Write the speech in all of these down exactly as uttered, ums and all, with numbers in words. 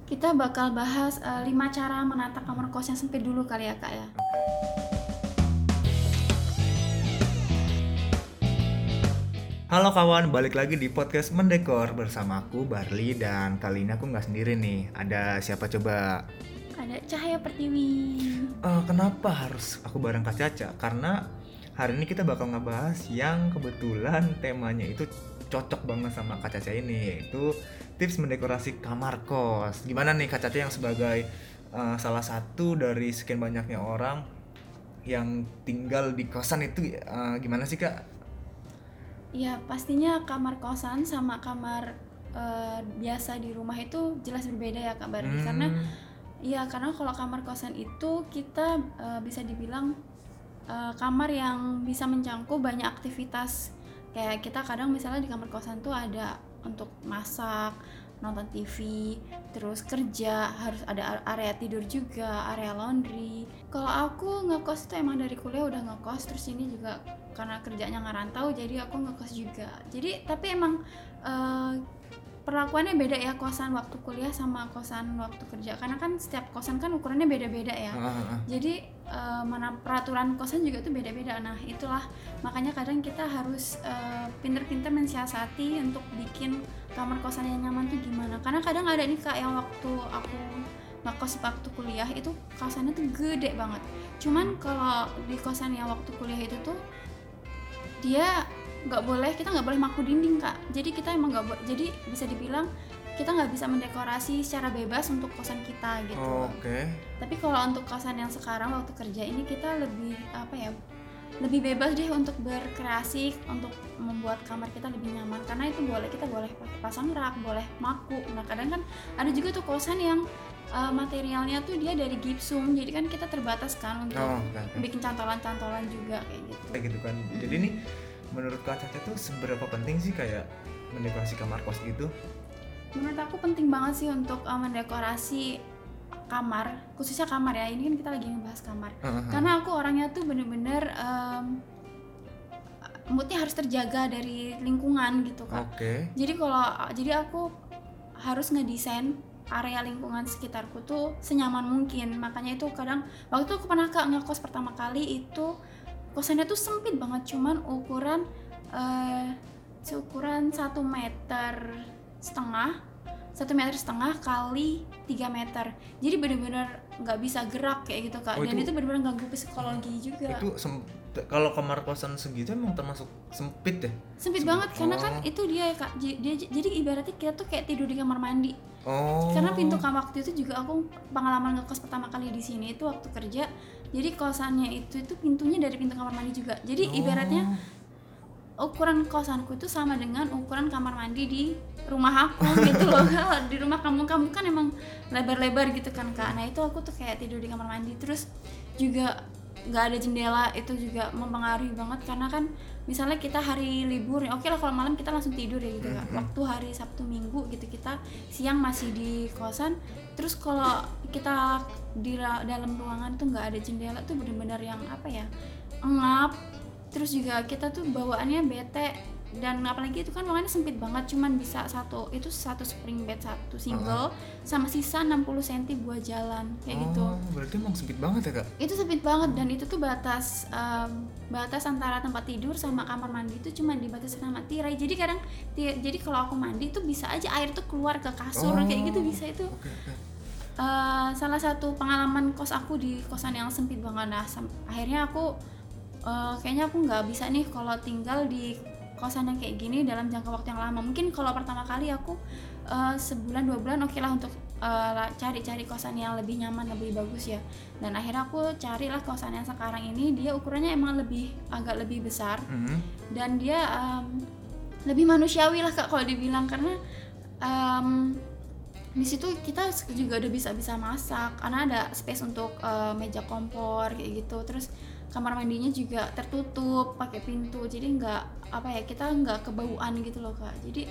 Kita bakal bahas uh, lima cara menata kamar kos yang sempit dulu kali ya Kak ya. Halo kawan, balik lagi di podcast Mendekor bersama aku Barli, dan kali ini aku nggak sendiri nih. Ada siapa coba? Ada Cahaya Pertiwi. Uh, kenapa harus aku bareng Kak Caca? Karena hari ini kita bakal ngebahas yang kebetulan temanya itu cocok banget sama Kak Caca ini, yaitu tips mendekorasi kamar kos. Gimana nih Kak Caca yang sebagai uh, salah satu dari sekian banyaknya orang yang tinggal di kosan itu, uh, gimana sih Kak? Ya pastinya kamar kosan sama kamar uh, biasa di rumah itu jelas berbeda ya Kak Barli. Hmm. Karena ya karena kalau kamar kosan itu kita uh, bisa dibilang uh, kamar yang bisa mencakup banyak aktivitas. Kayak kita kadang misalnya di kamar kosan tuh ada untuk masak, nonton T V, terus kerja, harus ada area tidur juga, area laundry. Kalau aku ngekos itu emang dari kuliah udah ngekos, terus ini juga karena kerjanya ngerantau jadi aku ngekos juga. Jadi tapi emang uh, perlakuannya beda ya kosan waktu kuliah sama kosan waktu kerja, karena kan setiap kosan kan ukurannya beda-beda ya. Uh-huh. Jadi uh, mana peraturan kosan juga tuh beda-beda. Nah itulah makanya kadang kita harus uh, pinter-pinter mensiasati untuk bikin kamar kosan yang nyaman tuh gimana. Karena kadang ada nih Kak yang waktu aku ngekos waktu kuliah itu kosannya tuh gede banget. Cuman kalau di kosan yang waktu kuliah itu tuh dia nggak boleh, kita nggak boleh maku dinding Kak. Jadi kita emang nggak bo- jadi bisa dibilang kita nggak bisa mendekorasi secara bebas untuk kosan kita gitu. Oh, oke. Okay. Tapi kalau untuk kosan yang sekarang waktu kerja ini kita lebih apa ya, lebih bebas deh untuk berkreasi, untuk membuat kamar kita lebih nyaman. Karena itu boleh, kita boleh pasang rak, boleh maku. Nah kadang kan ada juga tuh kosan yang uh, materialnya tuh dia dari gipsum, jadi kan kita terbatas kan untuk oh, okay, okay. bikin cantolan-cantolan juga kayak gitu. Kayak gitu kan. Mm-hmm. Jadi nih menurut Kak Caca tuh seberapa penting sih kayak mendekorasi kamar kos gitu? Menurut aku penting banget sih untuk uh, mendekorasi kamar, khususnya kamar ya. Ini kan kita lagi ngebahas kamar. Uh-huh. Karena aku orangnya tuh bener-bener um, moodnya harus terjaga dari lingkungan gitu Kak. Oke. Okay. Jadi kalau jadi aku harus ngedesain area lingkungan sekitarku tuh senyaman mungkin. Makanya itu kadang waktu itu aku pernah Kak ngekos pertama kali itu kosannya tuh sempit banget, cuman ukuran uh, seukuran satu meter setengah satu meter setengah kali tiga meter, jadi benar-benar nggak bisa gerak kayak gitu Kak. Oh, dan itu, itu benar-benar ganggu psikologi juga. Itu sem- kalau kamar kosan segitu emang termasuk sempit ya? Sempit, sempit banget oh. Karena kan itu dia ya Kak, dia, jadi ibaratnya kita tuh kayak tidur di kamar mandi. Oh. Karena pintu kamar waktu itu juga aku pengalaman ngekos pertama kali di sini itu waktu kerja. Jadi kosannya itu itu pintunya dari pintu kamar mandi juga. Jadi oh. ibaratnya ukuran kosanku itu sama dengan ukuran kamar mandi di rumah aku gitu loh. Kalau di rumah kamu-kamu kan emang lebar-lebar gitu kan Kak. Nah itu aku tuh kayak tidur di kamar mandi. Terus juga nggak ada jendela, itu juga mempengaruhi banget. Karena kan misalnya kita hari libur, oke okay lah kalau malam kita langsung tidur ya gitu Kak. Waktu hari Sabtu Minggu gitu kita siang masih di kosan. Terus kalau kita di dalam ruangan tuh nggak ada jendela tuh benar-benar yang apa ya, engap. Terus juga kita tuh bawaannya bete, dan apalagi itu kan ruangannya sempit banget, cuman bisa satu, itu satu spring bed, satu single, uh-huh. sama sisa enam puluh sentimeter buat jalan kayak oh, gitu. Berarti emang sempit banget ya Kak? Itu sempit banget, dan itu tuh batas um, batas antara tempat tidur sama kamar mandi itu cuma dibatasi sama tirai. Jadi kadang t- jadi kalau aku mandi tuh bisa aja air tuh keluar ke kasur oh, kayak gitu bisa itu. Okay, okay. Uh, salah satu pengalaman kos aku di kosan yang sempit banget. Nah, sam- akhirnya aku Uh, kayaknya aku nggak bisa nih kalau tinggal di kosan yang kayak gini dalam jangka waktu yang lama. Mungkin kalau pertama kali aku uh, sebulan dua bulan oke okay lah untuk uh, cari-cari kosan yang lebih nyaman, lebih bagus ya. Dan akhirnya aku carilah kosan yang sekarang ini, dia ukurannya emang lebih agak lebih besar mm-hmm. dan dia um, lebih manusiawi lah Kak kalau dibilang, karena um, di situ kita juga udah bisa-bisa masak karena ada space untuk uh, meja kompor kayak gitu. Terus kamar mandinya juga tertutup pakai pintu, jadi nggak apa ya, kita nggak kebauan gitu loh Kak. Jadi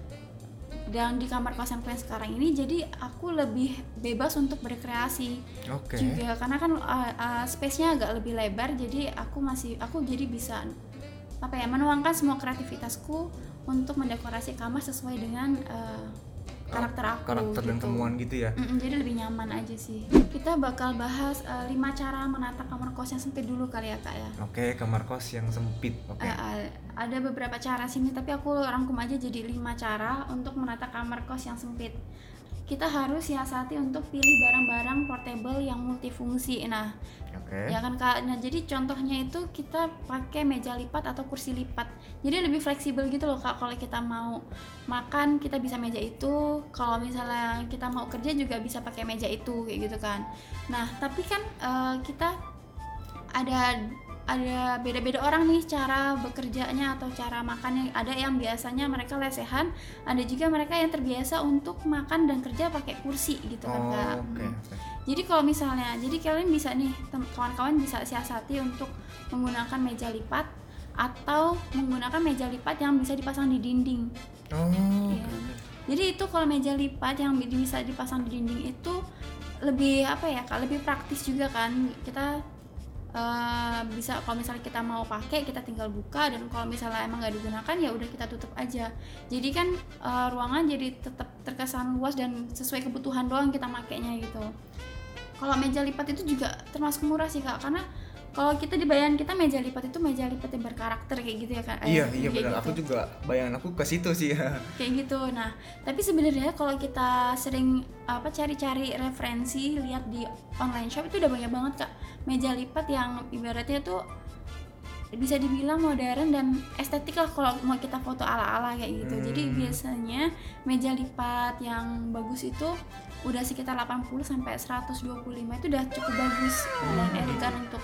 dan di kamar kosan yang sekarang ini jadi aku lebih bebas untuk berkreasi okay. juga, karena kan uh, uh, space-nya agak lebih lebar, jadi aku masih aku jadi bisa apa ya, menuangkan semua kreativitasku untuk mendekorasi kamar sesuai dengan uh, karakter aku karakter gitu. dan temuan gitu ya. Mm-mm, jadi lebih nyaman aja sih. Kita bakal bahas uh, lima cara menata kamar kos yang sempit dulu kali ya kak ya. Oke, kamar kos yang sempit. Oke. Uh, uh, ada beberapa cara sini tapi aku rangkum aja jadi lima cara untuk menata kamar kos yang sempit. Kita harus siasati untuk pilih barang-barang portable yang multifungsi. Nah, Oke. ya kan kak. Nah jadi contohnya itu kita pakai meja lipat atau kursi lipat. Jadi lebih fleksibel gitu loh kak. Kalau kita mau makan kita bisa meja itu. Kalau misalnya kita mau kerja juga bisa pakai meja itu kayak gitu kan. Nah tapi kan uh, kita ada ada beda-beda orang nih cara bekerjanya atau cara makannya. Ada yang biasanya mereka lesehan, ada juga mereka yang terbiasa untuk makan dan kerja pakai kursi gitu kan Oh, kak. oke, oke. Jadi kalau misalnya, jadi kalian bisa nih tem- kawan-kawan bisa siasati untuk menggunakan meja lipat atau menggunakan meja lipat yang bisa dipasang di dinding. Oh, Ya. oke, oke. Jadi itu kalau meja lipat yang bi- bisa dipasang di dinding itu lebih apa ya kak, lebih praktis juga kan. Kita uh, bisa kalau misalnya kita mau pakai kita tinggal buka, dan kalau misalnya emang nggak digunakan ya udah kita tutup aja. Jadi kan uh, ruangan jadi tetap terkesan luas dan sesuai kebutuhan doang kita makainya gitu. Kalau meja lipat itu juga termasuk murah sih kak, karena kalau kita di bayangan kita meja lipat itu meja lipat yang berkarakter kayak gitu ya kak. Iya, Eh, iya kayak benar. gitu. Aku juga bayangan aku ke situ sih ya. Kayak gitu. Nah, tapi sebenarnya kalau kita sering apa cari-cari referensi, lihat di online shop itu udah banyak banget kak meja lipat yang ibaratnya tuh bisa dibilang modern dan estetik lah kalau mau kita foto ala-ala kayak gitu. Hmm. Jadi biasanya meja lipat yang bagus itu udah sekitar delapan puluh sampai seratus dua puluh lima itu udah cukup bagus dan elegan untuk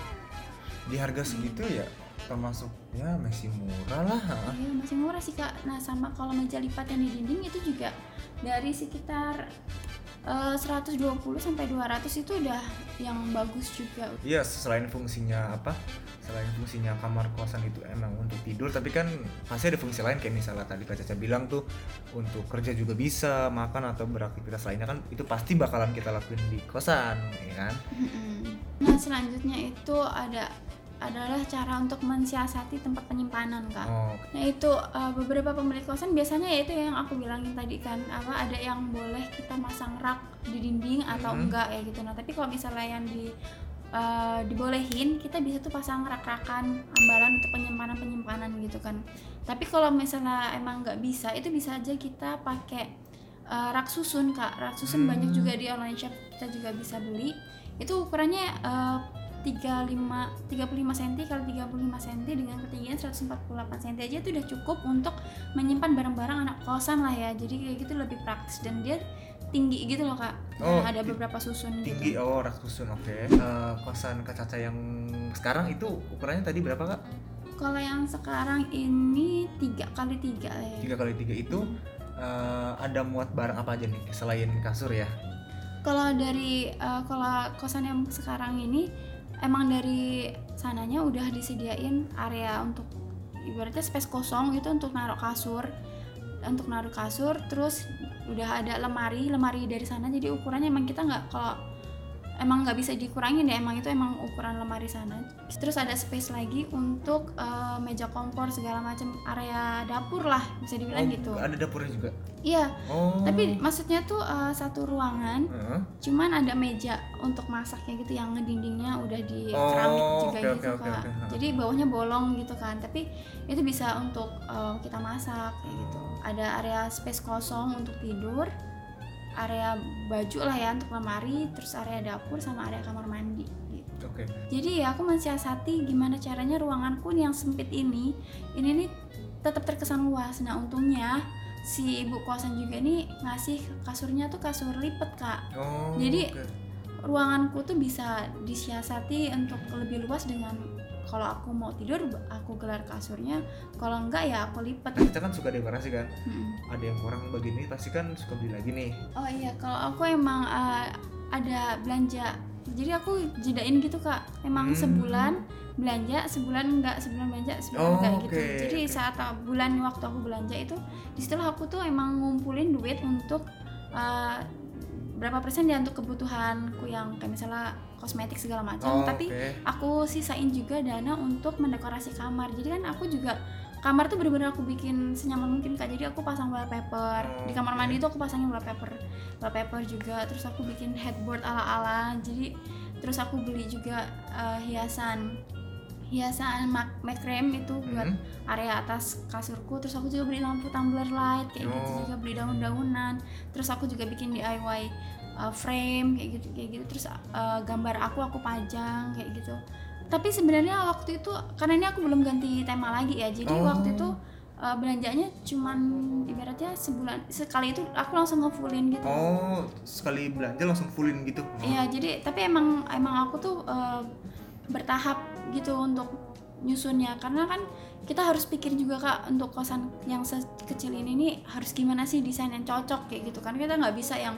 Di harga segitu ya termasuk ya masih murah lah. iya masih murah sih kak. Nah sama kalau meja lipat yang di dinding itu juga dari sekitar uh, seratus dua puluh sampai dua ratus itu udah yang bagus juga. Iya, selain fungsinya apa? Selain fungsinya kamar kosan itu emang untuk tidur, tapi kan pasti ada fungsi lain kayak misalnya tadi Kak Caca bilang tuh untuk kerja juga bisa, makan atau beraktivitas lainnya kan itu pasti bakalan kita lakuin di kosan, ya kan? Nah selanjutnya itu ada adalah cara untuk mensiasati tempat penyimpanan kak. Oh, Nah itu uh, beberapa pemilik kosan biasanya ya itu yang aku bilangin tadi kan, apa ada yang boleh kita masang rak di dinding atau Mhm. enggak ya gitu. Nah tapi kalau misalnya yang di uh, dibolehin kita bisa tuh pasang rak-rakan ambalan untuk penyimpanan-penyimpanan gitu kan. Tapi kalau misalnya emang nggak bisa, itu bisa aja kita pakai uh, rak susun kak. Rak susun Hmm. banyak juga di online shop, kita juga bisa beli. Itu ukurannya uh, tiga puluh lima sentimeter kali tiga puluh lima sentimeter dengan ketinggian seratus empat puluh delapan sentimeter aja itu udah cukup untuk menyimpan barang-barang anak kosan lah ya. Jadi kayak gitu lebih praktis dan dia tinggi gitu loh kak. Oh, Nah, ada ti- beberapa susun tinggi, gitu. oh rak susun, oke. Eh, kosan Kak Caca yang sekarang itu ukurannya tadi berapa Kak? Kalau yang sekarang ini tiga kali tiga ya. tiga kali tiga itu eh, ada muat barang apa aja nih selain kasur ya? Kalau dari uh, kalau kosan yang sekarang ini emang dari sananya udah disediain area untuk ibaratnya space kosong itu untuk naruh kasur, untuk naruh kasur, terus udah ada lemari, lemari dari sana. Jadi ukurannya emang kita nggak kalau emang nggak bisa dikurangin ya, emang itu emang ukuran lemari sana. Terus ada space lagi untuk uh, meja kompor segala macam, area dapur lah bisa dibilang Oh, gitu. ada dapurnya juga. Iya, Oh. tapi maksudnya tuh uh, satu ruangan Heeh. cuman ada meja untuk masaknya gitu yang dindingnya udah di keramik Oh, juga oke, gitu oke, oke, kak. oke. Jadi bawahnya bolong gitu kan, tapi itu bisa untuk uh, kita masak kayak gitu. Ada area space kosong untuk tidur, area baju lah ya untuk lemari, terus area dapur sama area kamar mandi gitu. Oke. Jadi ya aku mensiasati gimana caranya ruanganku yang sempit ini ini nih tetap terkesan luas. Nah untungnya si ibu kosan juga nih ngasih kasurnya tuh kasur lipat kak. Oh. Jadi oke. ruanganku tuh bisa disiasati untuk lebih luas dengan kalau aku mau tidur aku gelar kasurnya, kalau enggak ya aku lipat. Nah, kita kan suka dekorasi kan. Mm-mm. Ada yang kurang begini pasti kan suka beli lagi nih. Oh iya, kalau aku emang uh, ada belanja, jadi aku jedain gitu kak. Emang Hmm. sebulan belanja, sebulan enggak, sebulan belanja, sebulan Oh, enggak gitu. oke, Jadi oke. saat uh, bulan waktu aku belanja itu, disitulah aku tuh emang ngumpulin duit untuk uh, berapa persen dia untuk kebutuhanku yang kayak misalnya kosmetik segala macam. Oh, Tapi oke. aku sisain juga dana untuk mendekorasi kamar. Jadi kan aku juga kamar tuh bener-bener aku bikin senyaman mungkin Kak. Jadi aku pasang wallpaper di kamar mandi itu, aku pasangin wallpaper wallpaper juga, terus aku bikin headboard ala-ala. Jadi terus aku beli juga uh, hiasan hiasan macrame itu buat hmm. area atas kasurku. Terus aku juga beli lampu tumbler light kayak oh. gitu, juga beli daun-daunan. Terus aku juga bikin D I Y uh, frame kayak gitu kayak gitu. Terus uh, gambar aku aku pajang kayak gitu. Tapi sebenarnya waktu itu karena ini aku belum ganti tema lagi ya, jadi oh. waktu itu uh, belanjanya cuman ibaratnya sebulan sekali itu aku langsung ngefullin gitu. Oh, sekali belanja langsung fullin gitu? Iya, oh. jadi tapi emang emang aku tuh uh, bertahap gitu untuk nyusunnya, karena kan kita harus pikir juga Kak, untuk kosan yang sekecil ini nih harus gimana sih desain yang cocok kayak gitu kan. Kita nggak bisa yang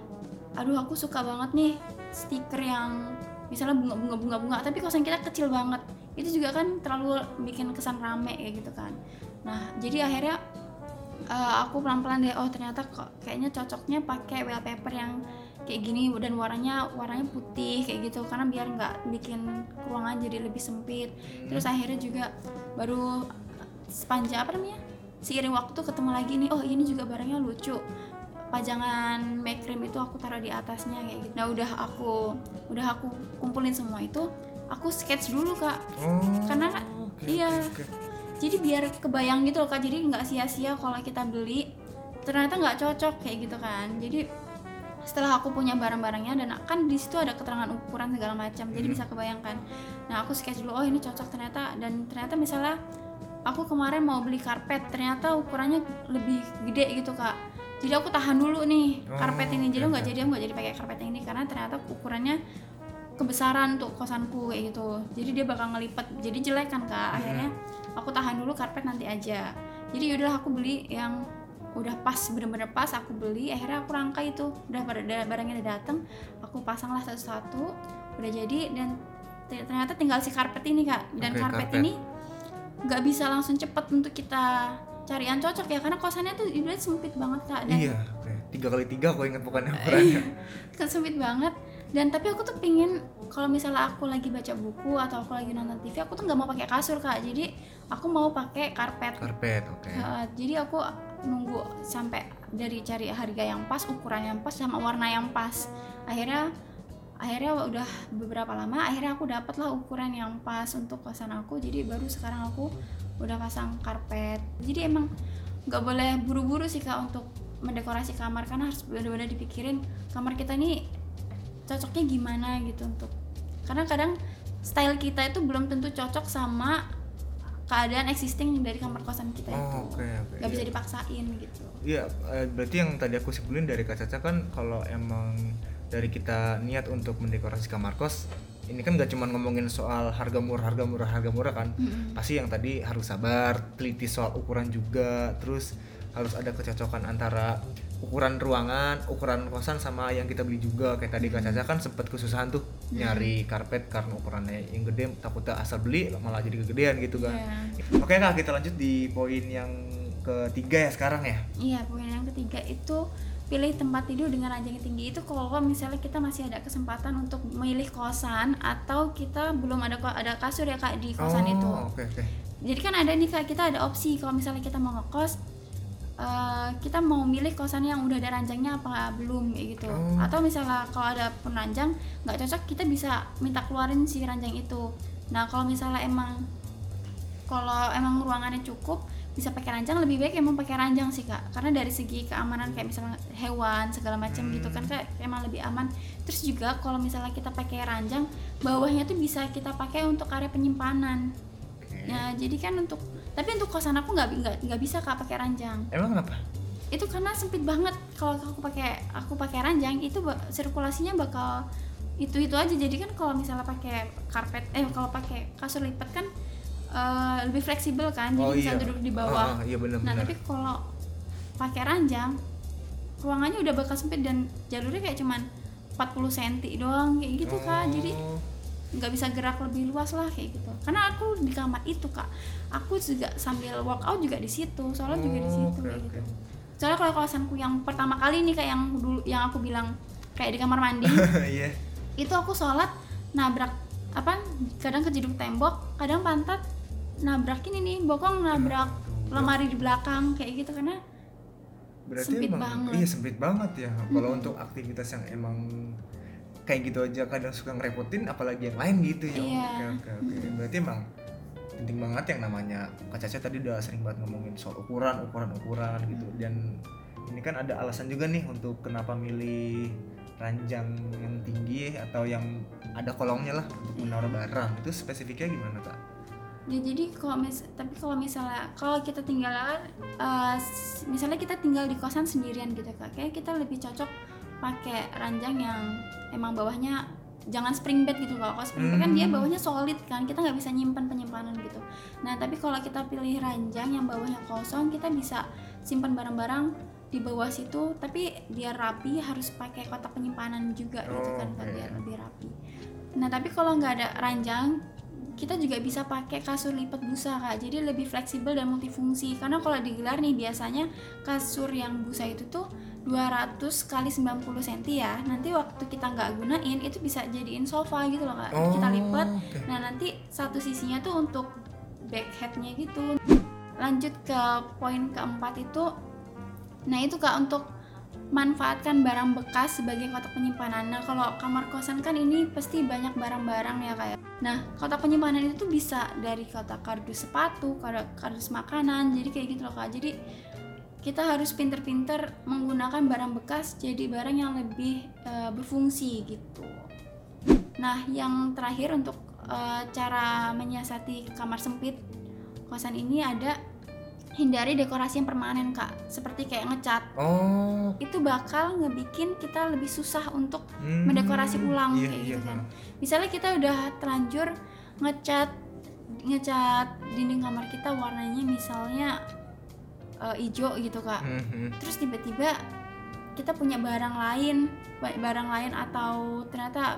aduh aku suka banget nih stiker yang misalnya bunga-bunga bunga-bunga tapi kosan kita kecil banget, itu juga kan terlalu bikin kesan rame kayak gitu kan. Nah jadi akhirnya uh, aku pelan-pelan deh, oh ternyata kok kayaknya cocoknya pakai wallpaper yang kayak gini dan warnanya warnanya putih kayak gitu, karena biar nggak bikin ruangan jadi lebih sempit. Terus akhirnya juga baru sepanjang apa namanya seiring waktu ketemu lagi nih, oh ini juga barangnya lucu, pajangan macrame itu aku taruh di atasnya kayak gitu. Nah udah aku udah aku kumpulin semua itu, aku sketch dulu Kak. Oh, karena okay, iya okay, okay. Jadi biar kebayang gitu loh Kak, jadi nggak sia-sia kalau kita beli ternyata nggak cocok kayak gitu kan. Jadi setelah aku punya barang-barangnya dan kan di situ ada keterangan ukuran segala macam, jadi bisa kebayangkan. Nah aku sketch dulu, oh ini cocok ternyata. Dan ternyata misalnya aku kemarin mau beli karpet, ternyata ukurannya lebih gede gitu Kak. Jadi aku tahan dulu nih karpet ini, jadi nggak jadi nggak jadi pakai karpet ini karena ternyata ukurannya kebesaran untuk kosanku kayak gitu. Jadi dia bakal ngelipet, jadi jelek kan Kak. Akhirnya aku tahan dulu karpet nanti aja. Jadi yaudah aku beli yang udah pas, bener-bener pas aku beli. Akhirnya aku rangkai itu, udah barangnya udah dateng, aku pasanglah satu-satu, udah jadi. Dan ternyata tinggal si karpet ini Kak. Dan okay, karpet, karpet ini nggak bisa langsung cepet untuk kita cari yang cocok ya, karena kosannya tuh ibarat sempit banget Kak. Dan iya, tiga kali tiga aku ingat pokoknya ukurannya. Kan sempit banget. Dan tapi aku tuh pingin kalau misalnya aku lagi baca buku atau aku lagi nonton T V, aku tuh nggak mau pakai kasur Kak. Jadi aku mau pakai karpet. Karpet, oke. Okay. Uh, jadi aku nunggu sampai dari cari harga yang pas, ukuran yang pas, sama warna yang pas. Akhirnya akhirnya udah beberapa lama, akhirnya aku dapatlah ukuran yang pas untuk kosan aku. Jadi baru sekarang aku udah pasang karpet. Jadi emang nggak boleh buru-buru sih Kak untuk mendekorasi kamar, karena harus benar-benar dipikirin kamar kita nih cocoknya gimana gitu. Untuk karena kadang style kita itu belum tentu cocok sama keadaan existing dari kamar kosan kita itu. Oh, okay, okay. Gak bisa iya. dipaksain gitu. Iya, berarti yang tadi aku simpulin dari Kak Caca kan, kalau emang dari kita niat untuk mendekorasi kamar kos, ini kan gak cuma ngomongin soal harga murah, harga murah, harga murah kan. Mm-hmm. Pasti yang tadi harus sabar, teliti soal ukuran juga, terus harus ada kecocokan antara ukuran ruangan, ukuran kosan sama yang kita beli juga. Kayak tadi Kak Caca kan sempat kesusahan tuh hmm. nyari karpet karena ukurannya yang gede, takutnya asal beli malah jadi kegedean gitu kan. Yeah. Oke Kak, kita lanjut di poin yang ketiga ya sekarang ya. Iya, poin yang ketiga itu pilih tempat tidur dengan ranjang tinggi. Itu kalau misalnya kita masih ada kesempatan untuk memilih kosan atau kita belum ada ada kasur ya Kak di kosan oh, itu. Okay, okay. Jadi kan ada nih Kak, kita ada opsi kalau misalnya kita mau ngekos, Uh, kita mau milih kosan yang udah ada ranjangnya apa belum kayak gitu. Oh. Atau misalnya kalau ada pun ranjang nggak cocok, kita bisa minta keluarin si ranjang itu. Nah kalau misalnya emang kalau emang ruangannya cukup bisa pakai ranjang, lebih baik emang pakai ranjang sih Kak, karena dari segi keamanan kayak misalnya hewan segala macam hmm. gitu kan Kak, emang lebih aman. Terus juga kalau misalnya kita pakai ranjang, bawahnya tuh bisa kita pakai untuk area penyimpanan. Okay. Nah jadi kan untuk tapi untuk kosan aku nggak nggak nggak bisa Kak pakai ranjang. Emang kenapa? Itu karena sempit banget. Kalau aku pakai aku pakai ranjang itu sirkulasinya bakal itu itu aja. Jadi kan kalau misalnya pakai karpet eh kalau pakai kasur lipat kan uh, lebih fleksibel kan, jadi oh, bisa iya. duduk di bawah. Ah, iya bener, nah bener. Tapi kalau pakai ranjang ruangannya udah bakal sempit dan jalurnya kayak cuman empat puluh sentimeter doang kayak gitu oh. Kak. Jadi nggak bisa gerak lebih luas lah kayak gitu. Karena aku di kamar itu Kak, aku juga sambil workout juga di situ, sholat oh, juga di situ okay, kayak okay. gitu. Soalnya kalau kosanku yang pertama kali nih kayak yang dulu yang aku bilang kayak di kamar mandi, yeah. itu aku sholat nabrak apa? Kadang kejeduk tembok, kadang pantat nabrak ini nih bokong, nabrak Aduh. lemari di belakang kayak gitu karena Berarti sempit emang banget. iya sempit banget ya. Kalau Mm-mm. untuk aktivitas yang emang kayak gitu aja kadang suka ngerepotin, apalagi yang lain gitu ya. Iya. Oke oke oke. Berarti emang penting banget yang namanya Kak Caca tadi udah sering banget ngomongin soal ukuran ukuran ukuran gitu. Dan ini kan ada alasan juga nih untuk kenapa milih ranjang yang tinggi atau yang ada kolongnya lah untuk menaruh barang. Itu spesifiknya gimana Kak? Ya jadi kalau mis tapi kalau misalnya kalau kita tinggal uh, misalnya kita tinggal di kosan sendirian gitu Kak, kayak kita lebih cocok pakai ranjang yang emang bawahnya jangan spring bed gitu. Kalau spring bed kan dia bawahnya solid kan, kita nggak bisa nyimpan penyimpanan gitu. Nah tapi kalau kita pilih ranjang yang bawahnya kosong, kita bisa simpan barang-barang di bawah situ, tapi biar rapi harus pakai kotak penyimpanan juga gitu kan Kak, biar lebih rapi. Nah tapi kalau nggak ada ranjang, kita juga bisa pakai kasur lipat busa Kak, jadi lebih fleksibel dan multifungsi. Karena kalau digelar nih biasanya kasur yang busa itu tuh dua ratus kali sembilan puluh sentimeter ya. Nanti waktu kita nggak gunain itu bisa jadiin sofa gitu loh Kak. Oh, kita lipat. okay. Nah nanti satu sisinya tuh untuk back headnya gitu. Lanjut ke poin keempat itu, nah itu Kak untuk manfaatkan barang bekas sebagai kotak penyimpanan. Nah kalau kamar kosan kan ini pasti banyak barang-barang ya Kak ya. Nah kotak penyimpanan itu tuh bisa dari kotak kardus sepatu, kardus makanan, jadi kayak gitu loh Kak. Jadi kita harus pinter-pinter menggunakan barang bekas jadi barang yang lebih uh, berfungsi gitu. Nah yang terakhir untuk uh, cara menyiasati kamar sempit kosan ini ada hindari dekorasi yang permanen Kak, seperti kayak ngecat. Oh. Itu bakal ngebikin kita lebih susah untuk hmm, mendekorasi ulang iya, kayak iya, gitu kan. ha. Misalnya kita udah terlanjur ngecat ngecat dinding kamar kita warnanya misalnya uh, hijau gitu Kak. Mm-hmm. Terus tiba-tiba kita punya barang lain, barang lain atau ternyata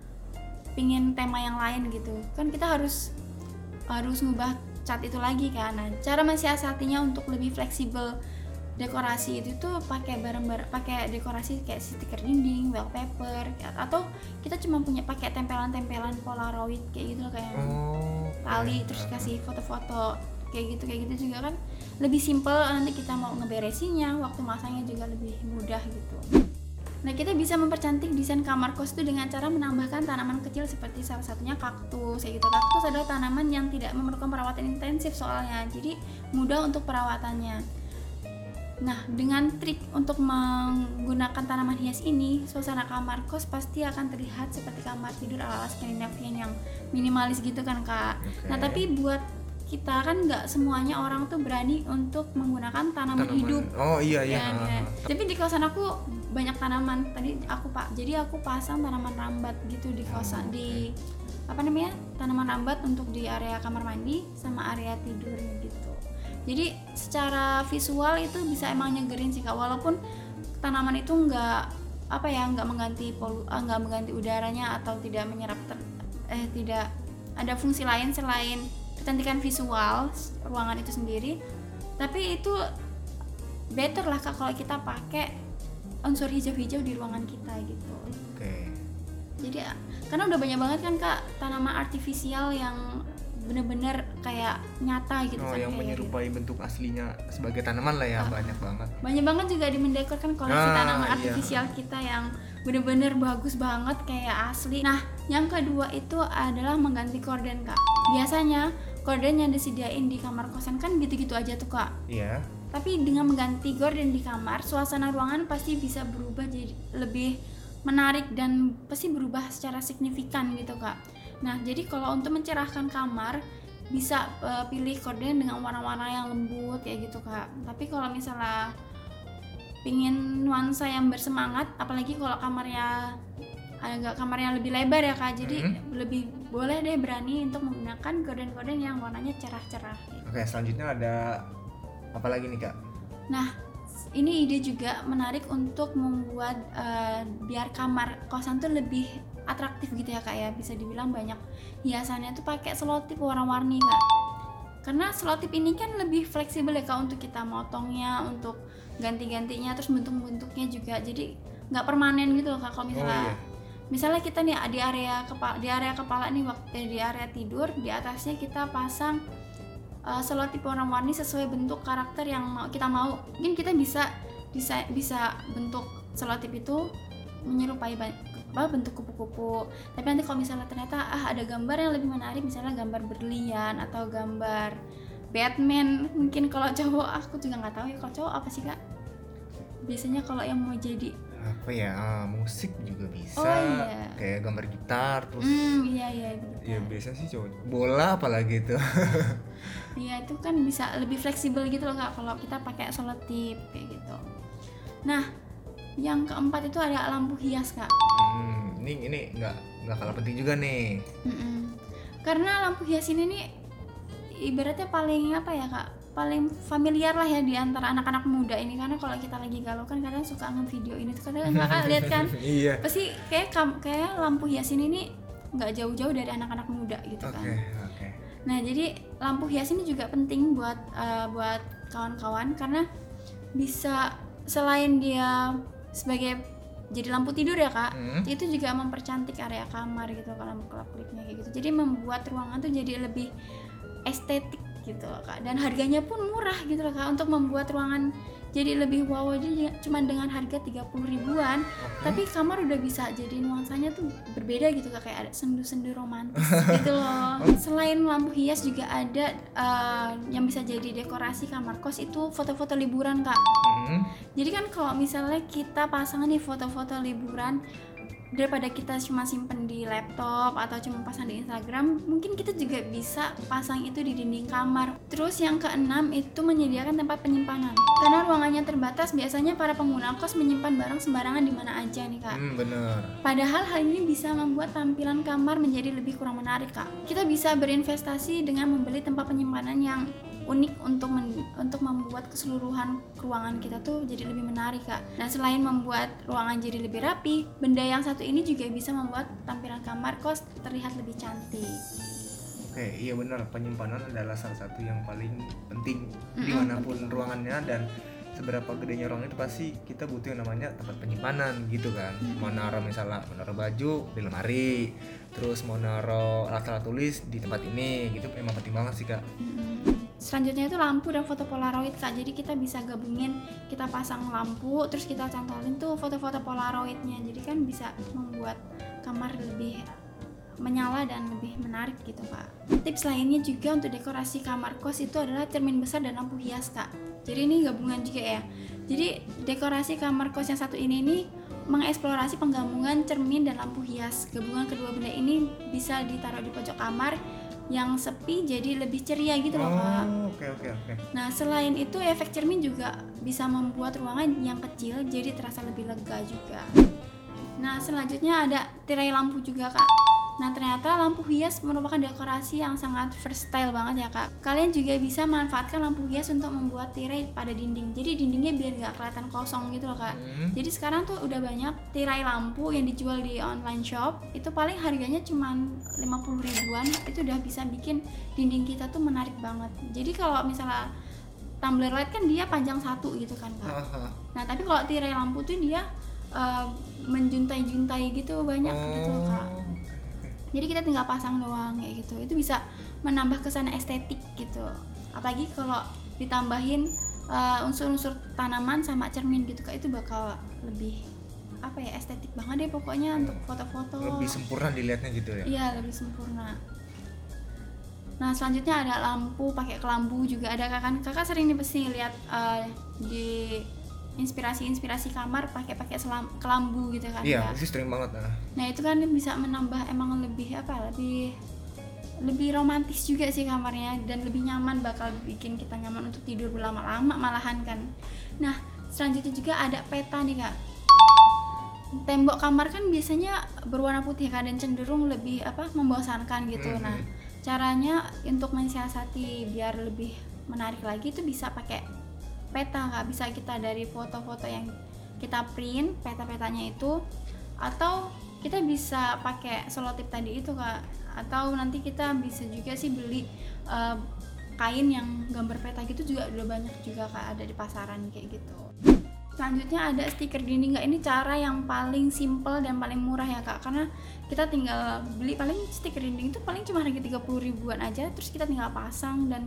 pingin tema yang lain gitu. Kan kita harus harus ngubah cat itu lagi kan. Nah, cara mensiasatinya untuk lebih fleksibel dekorasi itu tuh pakai barang-barang, pakai dekorasi kayak stiker dinding, wallpaper, atau kita cuma punya pakai tempelan-tempelan polaroid kayak gitu loh, kayak Oh, tali okay. terus kasih foto-foto kayak gitu kayak gitu juga kan lebih simple. Nanti kita mau ngeberesinnya, waktu masangnya juga lebih mudah gitu. Nah kita bisa mempercantik desain kamar kos itu dengan cara menambahkan tanaman kecil seperti salah satunya kaktus kayak gitu. Kaktus adalah tanaman yang tidak memerlukan perawatan intensif soalnya, jadi mudah untuk perawatannya. Nah dengan trik untuk menggunakan tanaman hias ini, suasana kamar kos pasti akan terlihat seperti kamar tidur ala Skandinavian yang minimalis gitu kan Kak. Okay. Nah tapi buat kita kan nggak semuanya orang tuh berani untuk menggunakan tanaman, tanaman hidup. Oh iya iya. Ya, ya. Tapi di kosan aku banyak tanaman. Tadi aku pak, jadi aku pasang tanaman rambat gitu di kosan, oh, okay. di apa namanya tanaman rambat untuk di area kamar mandi sama area tidurnya gitu. Jadi secara visual itu bisa emang nyegerin sih Kak. Walaupun tanaman itu nggak apa ya nggak mengganti polu, nggak mengganti udaranya atau tidak menyerap ter, eh tidak ada fungsi lain selain kecantikan visual ruangan itu sendiri, tapi itu better lah Kak kalau kita pakai unsur hijau-hijau di ruangan kita gitu. Oke. Okay. Jadi karena udah banyak banget kan Kak tanaman artifisial yang bener-bener kayak nyata gitu oh, kan, yang kayak menyerupai gitu. Bentuk aslinya sebagai tanaman lah ya. ah, banyak banget. Banyak banget juga di mendekorkan koleksi ah, tanaman iya. artifisial kita yang bener-bener bagus banget kayak asli. Nah, yang kedua itu adalah mengganti korden Kak. Biasanya korden yang disediain di kamar kosan kan gitu-gitu aja tuh Kak. Iya. Tapi dengan mengganti gorden di kamar, suasana ruangan pasti bisa berubah jadi lebih menarik dan pasti berubah secara signifikan gitu Kak. Nah, jadi kalau untuk mencerahkan kamar bisa uh, pilih korden dengan warna-warna yang lembut kayak gitu Kak. Tapi kalau misalnya pingin nuansa yang bersemangat, apalagi kalau kamarnya agak kamarnya lebih lebar ya Kak, jadi mm-hmm. lebih boleh deh berani untuk menggunakan gorden-gorden yang warnanya cerah-cerah. Oke, selanjutnya ada apa lagi nih Kak? Nah, ini ide juga menarik untuk membuat uh, biar kamar kosan tuh lebih atraktif gitu ya Kak ya. Bisa dibilang banyak hiasannya tuh pakai selotip warna-warni Kak. Karena selotip ini kan lebih fleksibel ya Kak untuk kita motongnya, untuk ganti-gantinya, terus bentuk-bentuknya juga jadi nggak permanen gitu loh Kak. Kalau misalnya oh, iya. misalnya kita nih di area kepala di area kepala nih waktu di area tidur, di atasnya kita pasang uh, selotip warna-warni sesuai bentuk karakter yang mau kita mau. Mungkin kita bisa bisa bisa bentuk selotip itu menyerupai apa bentuk kupu-kupu, tapi nanti kalau misalnya ternyata ah ada gambar yang lebih menarik, misalnya gambar berlian atau gambar Batman, mungkin kalau cowok aku juga nggak tahu ya, kalau cowok apa sih kak biasanya kalau yang mau jadi apa ya, ah, musik juga bisa. Oh, iya. Kayak gambar gitar terus hmm iya iya gitu. Ya biasa sih cowok bola apalagi itu. Iya itu kan bisa lebih fleksibel gitu loh kak kalau kita pakai selotip kayak gitu. Nah yang keempat itu ada lampu hias kak. Hmm, ini ini nggak nggak kalah penting juga nih. Mm-mm. Karena lampu hias ini nih ibaratnya paling apa ya kak, paling familiar lah ya di antara anak-anak muda ini, karena kalau kita lagi galau kan kadang suka nge-video ini tuh kadang kakak lihat kan. Iya. Pasti kayak kayak lampu hias ini nih nggak jauh-jauh dari anak-anak muda gitu kan. Oke oke. Nah jadi lampu hias ini juga penting buat uh, buat kawan-kawan karena bisa selain dia sebagai jadi lampu tidur ya kak, hmm. itu juga mempercantik area kamar gitu kalau kelap-kelipnya kayak gitu. Jadi membuat ruangan tuh jadi lebih estetik gitu loh kak, dan harganya pun murah gitu loh kak untuk membuat ruangan jadi lebih wow aja cuma dengan harga tiga puluh ribuan. Okay. Tapi kamar udah bisa jadi nuansanya tuh berbeda gitu kak, kayak ada sendu-sendu romantis gitu loh. Selain lampu hias juga ada uh, yang bisa jadi dekorasi kamar kos itu foto-foto liburan kak. Mm-hmm. Jadi kan kalau misalnya kita pasang nih foto-foto liburan, daripada kita cuma simpen di laptop atau cuma pasang di Instagram, mungkin kita juga bisa pasang itu di dinding kamar. Terus yang keenam itu menyediakan tempat penyimpanan. Karena ruangannya terbatas, biasanya para pengguna kos menyimpan barang sembarangan di mana aja nih kak. Hmm, bener. Padahal hal ini bisa membuat tampilan kamar menjadi lebih kurang menarik kak. Kita bisa berinvestasi dengan membeli tempat penyimpanan yang unik untuk men- untuk membuat keseluruhan ruangan kita tuh jadi lebih menarik kak. Nah selain membuat ruangan jadi lebih rapi, benda yang satu ini juga bisa membuat tampilan kamar kos terlihat lebih cantik. Oke, iya benar, penyimpanan adalah salah satu yang paling penting mm-hmm, dimanapun penting. Ruangannya, dan seberapa gedenya ruangan itu pasti kita butuh yang namanya tempat penyimpanan gitu kan. Mm-hmm. Mau naruh misalnya mau naruh baju di lemari, terus mau naruh alat-alat tulis di tempat ini gitu, emang penting banget sih kak. Mm-hmm. Selanjutnya itu lampu dan foto polaroid kak, jadi kita bisa gabungin, kita pasang lampu terus kita cantolin tuh foto-foto polaroidnya, jadi kan bisa membuat kamar lebih menyala dan lebih menarik gitu kak. Tips lainnya juga untuk dekorasi kamar kos itu adalah cermin besar dan lampu hias kak. Jadi ini gabungan juga ya, jadi dekorasi kamar kos yang satu ini nih mengeksplorasi penggabungan cermin dan lampu hias. Gabungan kedua benda ini bisa ditaruh di pojok kamar yang sepi jadi lebih ceria gitu loh kak. Oh, oke oke oke. Nah selain itu efek cermin juga bisa membuat ruangan yang kecil jadi terasa lebih lega juga. Nah selanjutnya ada tirai lampu juga kak. Nah ternyata lampu hias merupakan dekorasi yang sangat versatile banget ya kak. Kalian juga bisa manfaatkan lampu hias untuk membuat tirai pada dinding. Jadi dindingnya biar gak kelihatan kosong gitu loh kak. Hmm. Jadi sekarang tuh udah banyak tirai lampu yang dijual di online shop. Itu paling harganya cuma lima puluh ribuan. Itu udah bisa bikin dinding kita tuh menarik banget. Jadi kalau misalnya tumbler light kan dia panjang satu gitu kan kak. Uh-huh. Nah tapi kalau tirai lampu tuh dia uh, menjuntai-juntai gitu banyak uh. gitu loh kak. Jadi kita tinggal pasang doang kayak gitu. Itu bisa menambah kesan estetik gitu. Apalagi kalau ditambahin uh, unsur-unsur tanaman sama cermin gitu kak, itu bakal lebih apa ya, estetik banget deh pokoknya hmm. untuk foto-foto. Lebih sempurna dilihatnya gitu ya. Iya, lebih sempurna. Nah, selanjutnya ada lampu pakai kelambu juga ada kan. Kakak sering nih pasti lihat uh, di inspirasi-inspirasi kamar pakai-pakai selam, kelambu gitu kan. Iya, itu sering banget nah. Nah, itu kan bisa menambah emang lebih apa? Lebih lebih romantis juga sih kamarnya dan lebih nyaman, bakal bikin kita nyaman untuk tidur berlama-lama malahan kan. Nah, selanjutnya juga ada peta nih, Kak. Tembok kamar kan biasanya berwarna putih kan dan cenderung lebih apa? Membosankan gitu. Mm-hmm. Nah, caranya untuk mensiasati biar lebih menarik lagi itu bisa pakai peta kak, bisa kita dari foto-foto yang kita print peta-petanya itu, atau kita bisa pakai selotip tadi itu kak, atau nanti kita bisa juga sih beli uh, kain yang gambar peta gitu juga udah banyak juga kak ada di pasaran kayak gitu. Selanjutnya ada stiker dinding kak, ini cara yang paling simple dan paling murah ya kak, karena kita tinggal beli paling stiker dinding itu paling cuma harga tiga puluh ribuan aja, terus kita tinggal pasang dan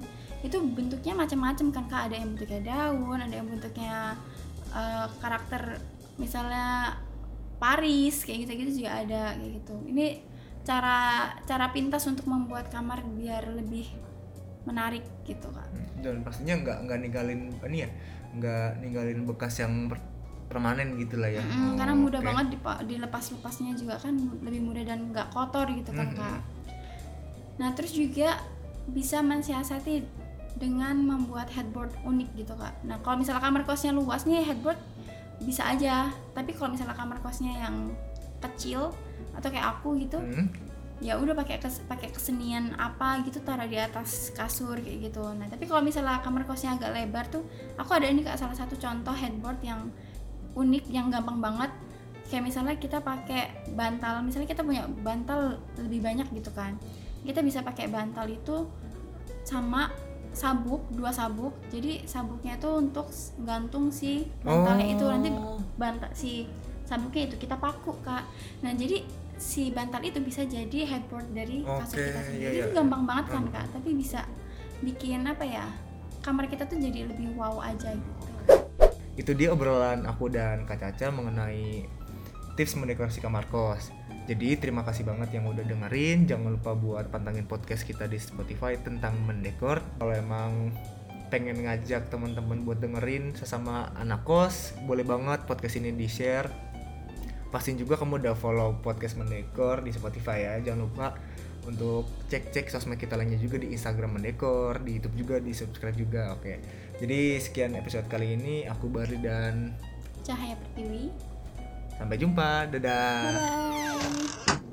itu bentuknya macam-macam kan Kak, ada yang bentuknya daun, ada yang bentuknya uh, karakter misalnya Paris kayak gitu-gitu juga ada kayak gitu. Ini cara cara pintas untuk membuat kamar biar lebih menarik gitu Kak. Dan pastinya nggak nggak ninggalin ini ya, nggak ninggalin bekas yang per- permanen gitu lah ya. Mm-mm, Oh, karena mudah oke. banget dipa- dilepas-lepasnya juga kan, lebih mudah dan nggak kotor gitu kan Mhm. Kak. Nah terus juga bisa mensiasati dengan membuat headboard unik gitu Kak. Nah kalau misalnya kamar kosnya luas nih, headboard bisa aja, tapi kalau misalnya kamar kosnya yang kecil atau kayak aku gitu, Hmm. ya udah pakai kes, pakai kesenian apa gitu, taruh di atas kasur kayak gitu. Nah tapi kalau misalnya kamar kosnya agak lebar tuh, aku ada ini Kak, salah satu contoh headboard yang unik, yang gampang banget. Kayak misalnya kita pakai bantal, misalnya kita punya bantal lebih banyak gitu kan, kita bisa pakai bantal itu sama sabuk, dua sabuk. Jadi sabuknya itu untuk gantung si bantalnya itu, nanti Oh. bantal si sabuknya itu kita paku Kak. Nah jadi si bantal itu bisa jadi headboard dari kasur Oke, kita sendiri. iya, iya. Itu gampang banget kan Gampang. Kak, tapi bisa bikin apa ya, kamar kita tuh jadi lebih wow aja gitu. Itu dia obrolan aku dan Kak Caca mengenai tips mendekorasi kamar kos. Jadi terima kasih banget yang udah dengerin. Jangan lupa buat pantengin podcast kita di Spotify tentang mendekor. Kalau emang pengen ngajak teman-teman buat dengerin sesama anak kos, boleh banget podcast ini di share. Pastiin juga kamu udah follow podcast mendekor di Spotify ya. Jangan lupa untuk cek-cek sosmed kita lainnya juga, di Instagram mendekor, di YouTube juga, di subscribe juga. Oke. Jadi sekian episode kali ini. Aku Barli dan Cahaya Pertiwi. sampai jumpa. Dadah. Bye bye.